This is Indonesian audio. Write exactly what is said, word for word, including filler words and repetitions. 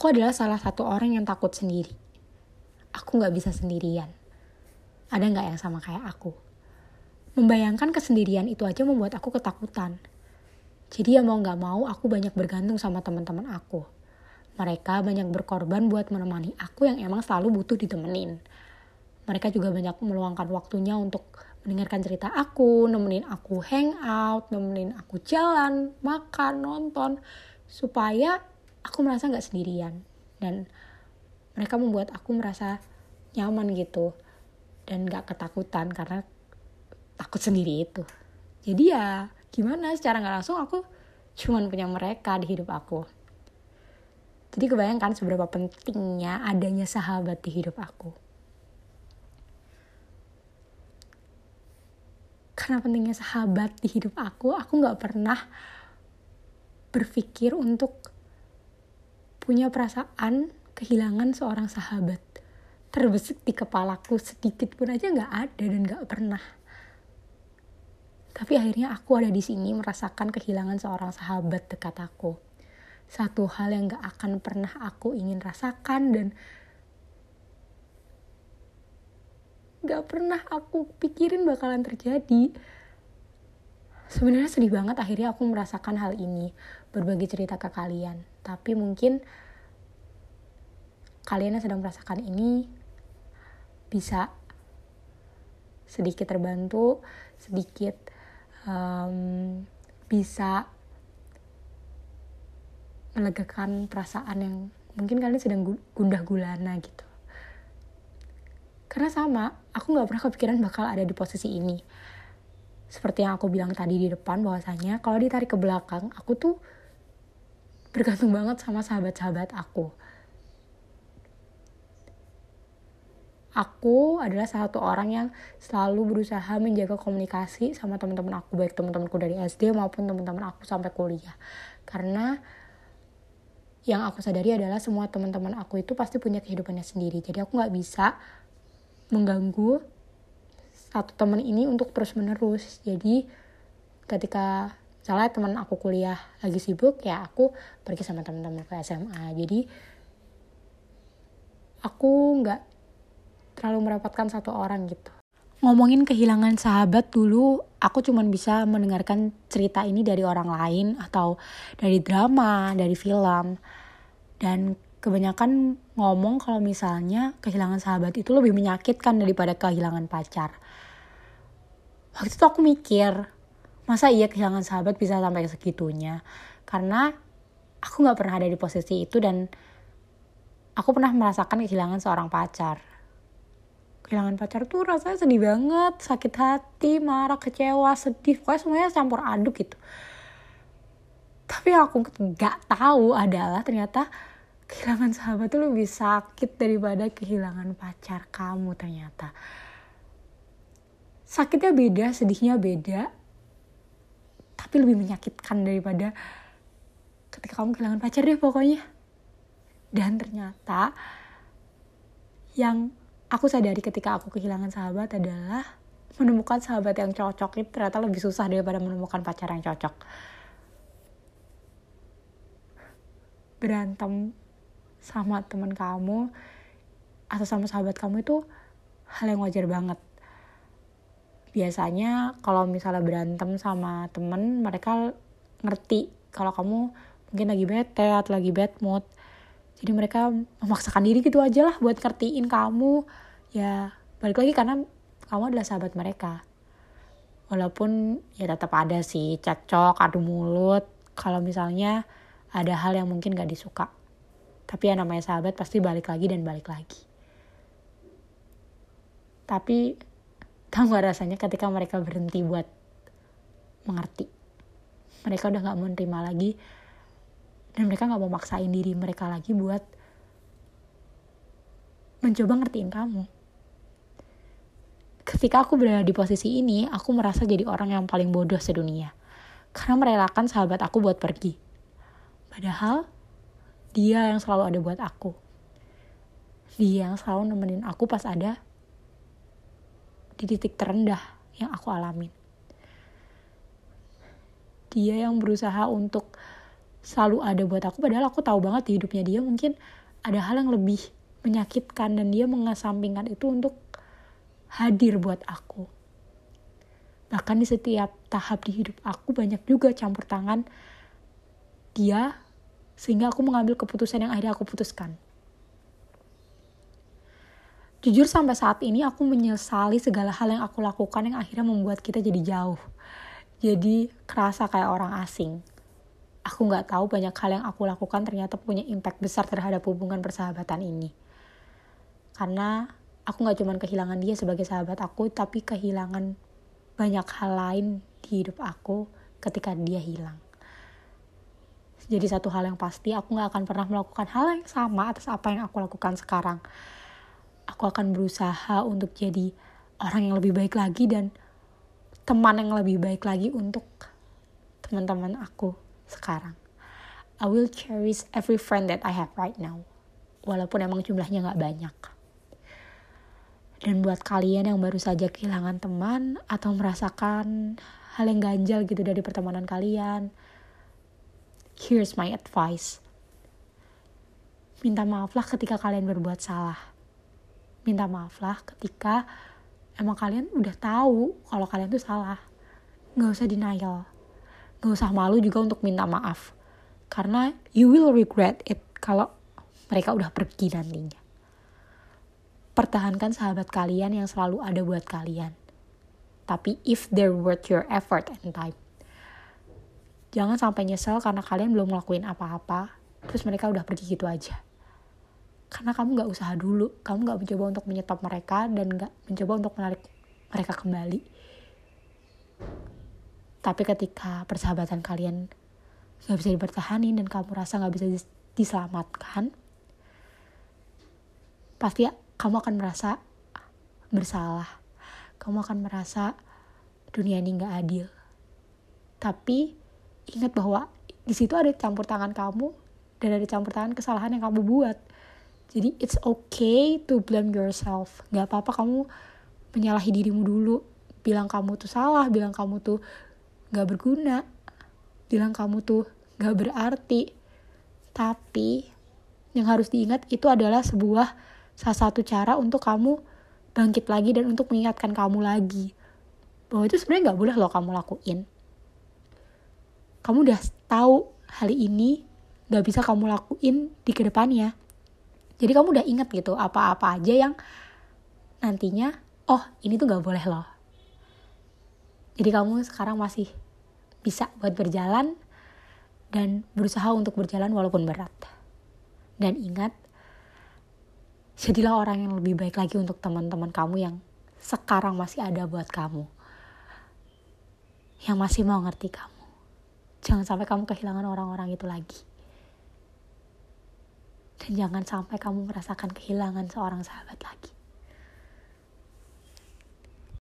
Aku adalah salah satu orang yang takut sendiri. Aku gak bisa sendirian. Ada gak yang sama kayak aku? Membayangkan kesendirian itu aja membuat aku ketakutan. Jadi ya mau gak mau aku banyak bergantung sama teman-teman aku. Mereka banyak berkorban buat menemani aku yang emang selalu butuh ditemenin. Mereka juga banyak meluangkan waktunya untuk mendengarkan cerita aku, nemenin aku hangout, nemenin aku jalan, makan, nonton. Supaya aku merasa gak sendirian. Dan mereka membuat aku merasa nyaman gitu. Dan gak ketakutan karena takut sendiri itu. Jadi ya gimana, secara gak langsung aku cuman punya mereka di hidup aku. Jadi kebayangkan seberapa pentingnya adanya sahabat di hidup aku. Karena pentingnya sahabat di hidup aku, aku gak pernah berpikir untuk punya perasaan kehilangan seorang sahabat. Terbesit di kepalaku sedikit pun aja gak ada dan gak pernah. Tapi akhirnya aku ada di sini merasakan kehilangan seorang sahabat dekat aku. Satu hal yang gak akan pernah aku ingin rasakan dan gak pernah aku pikirin bakalan terjadi. Sebenarnya sedih banget akhirnya aku merasakan hal ini, berbagi cerita ke kalian. Tapi mungkin kalian yang sedang merasakan ini bisa sedikit terbantu, sedikit um, bisa melegakan perasaan yang mungkin kalian sedang gundah gulana gitu. Karena sama, aku gak pernah kepikiran bakal ada di posisi ini. Seperti yang aku bilang tadi di depan, bahwasanya kalau ditarik ke belakang, aku tuh bergantung banget sama sahabat-sahabat aku. Aku adalah salah satu orang yang selalu berusaha menjaga komunikasi sama teman-teman aku, baik teman-temanku dari S D maupun teman-teman aku sampai kuliah. Karena yang aku sadari adalah semua teman-teman aku itu pasti punya kehidupannya sendiri. Jadi aku gak bisa mengganggu satu teman ini untuk terus-menerus. Jadi ketika misalnya teman aku kuliah lagi sibuk, ya aku pergi sama teman-teman ke S M A. Jadi aku gak terlalu merepotkan satu orang gitu. Ngomongin kehilangan sahabat dulu, aku cuma bisa mendengarkan cerita ini dari orang lain atau dari drama, dari film. Dan kebanyakan ngomong kalau misalnya kehilangan sahabat itu lebih menyakitkan daripada kehilangan pacar. Waktu itu aku mikir, masa iya kehilangan sahabat bisa sampai segitunya? Karena aku gak pernah ada di posisi itu dan aku pernah merasakan kehilangan seorang pacar. Kehilangan pacar tuh rasanya sedih banget, sakit hati, marah, kecewa, sedih, pokoknya semuanya campur aduk gitu. Tapi yang aku gak tahu adalah ternyata kehilangan sahabat tuh lebih sakit daripada kehilangan pacar kamu ternyata. Sakitnya beda, sedihnya beda, tapi lebih menyakitkan daripada ketika kamu kehilangan pacar deh pokoknya. Dan ternyata yang aku sadari ketika aku kehilangan sahabat adalah menemukan sahabat yang cocok itu ternyata lebih susah daripada menemukan pacar yang cocok. Berantem sama teman kamu atau sama sahabat kamu itu hal yang wajar banget. Biasanya kalau misalnya berantem sama temen, mereka ngerti kalau kamu mungkin lagi bete atau lagi bad mood. Jadi mereka memaksakan diri gitu aja lah buat ngertiin kamu. Ya balik lagi karena kamu adalah sahabat mereka. Walaupun ya tetap ada sih cekcok, adu mulut. Kalau misalnya ada hal yang mungkin gak disuka. Tapi yang namanya sahabat pasti balik lagi dan balik lagi. Tapi tahu gak rasanya ketika mereka berhenti buat mengerti. Mereka udah gak mau nerima lagi. Dan mereka gak mau maksain diri mereka lagi buat mencoba ngertiin kamu. Ketika aku berada di posisi ini, aku merasa jadi orang yang paling bodoh sedunia. Karena merelakan sahabat aku buat pergi. Padahal dia yang selalu ada buat aku. Dia yang selalu nemenin aku pas ada di titik terendah yang aku alamin. Dia yang berusaha untuk selalu ada buat aku, padahal aku tahu banget di hidupnya dia mungkin ada hal yang lebih menyakitkan dan dia mengesampingkan itu untuk hadir buat aku. Bahkan di setiap tahap di hidup aku banyak juga campur tangan dia, sehingga aku mengambil keputusan yang akhirnya aku putuskan. Jujur sampai saat ini aku menyesali segala hal yang aku lakukan yang akhirnya membuat kita jadi jauh. Jadi kerasa kayak orang asing. Aku gak tahu banyak hal yang aku lakukan ternyata punya impact besar terhadap hubungan persahabatan ini. Karena aku gak cuma kehilangan dia sebagai sahabat aku, tapi kehilangan banyak hal lain di hidup aku ketika dia hilang. Jadi satu hal yang pasti, aku gak akan pernah melakukan hal yang sama atas apa yang aku lakukan sekarang. Aku akan berusaha untuk jadi orang yang lebih baik lagi dan teman yang lebih baik lagi untuk teman-teman aku sekarang. I will cherish every friend that I have right now. Walaupun emang jumlahnya gak banyak. Dan buat kalian yang baru saja kehilangan teman atau merasakan hal yang ganjal gitu dari pertemanan kalian, here's my advice. Minta maaflah ketika kalian berbuat salah. Minta maaflah ketika emang kalian udah tahu kalau kalian tuh salah. Gak usah denial. Gak usah malu juga untuk minta maaf. Karena you will regret it kalau mereka udah pergi nantinya. Pertahankan sahabat kalian yang selalu ada buat kalian. Tapi if they're worth your effort and time. Jangan sampai nyesel karena kalian belum ngelakuin apa-apa, terus mereka udah pergi gitu aja. Karena kamu gak usaha dulu, kamu gak mencoba untuk menyetop mereka dan gak mencoba untuk menarik mereka kembali. Tapi ketika persahabatan kalian gak bisa dipertahanin dan kamu rasa gak bisa diselamatkan, pasti kamu akan merasa bersalah. Kamu akan merasa dunia ini gak adil. Tapi ingat bahwa di situ ada campur tangan kamu dan ada campur tangan kesalahan yang kamu buat. Jadi it's okay to blame yourself. Gak apa-apa kamu menyalahi dirimu dulu. Bilang kamu tuh salah, bilang kamu tuh gak berguna, bilang kamu tuh gak berarti. Tapi yang harus diingat itu adalah sebuah salah satu cara untuk kamu bangkit lagi dan untuk mengingatkan kamu lagi bahwa itu sebenarnya gak boleh loh kamu lakuin. Kamu udah tahu hal ini gak bisa kamu lakuin di kedepannya. Jadi kamu udah ingat gitu apa-apa aja yang nantinya, oh ini tuh gak boleh loh. Jadi kamu sekarang masih bisa buat berjalan dan berusaha untuk berjalan walaupun berat. Dan ingat, jadilah orang yang lebih baik lagi untuk teman-teman kamu yang sekarang masih ada buat kamu. Yang masih mau ngerti kamu. Jangan sampai kamu kehilangan orang-orang itu lagi. Dan jangan sampai kamu merasakan kehilangan seorang sahabat lagi.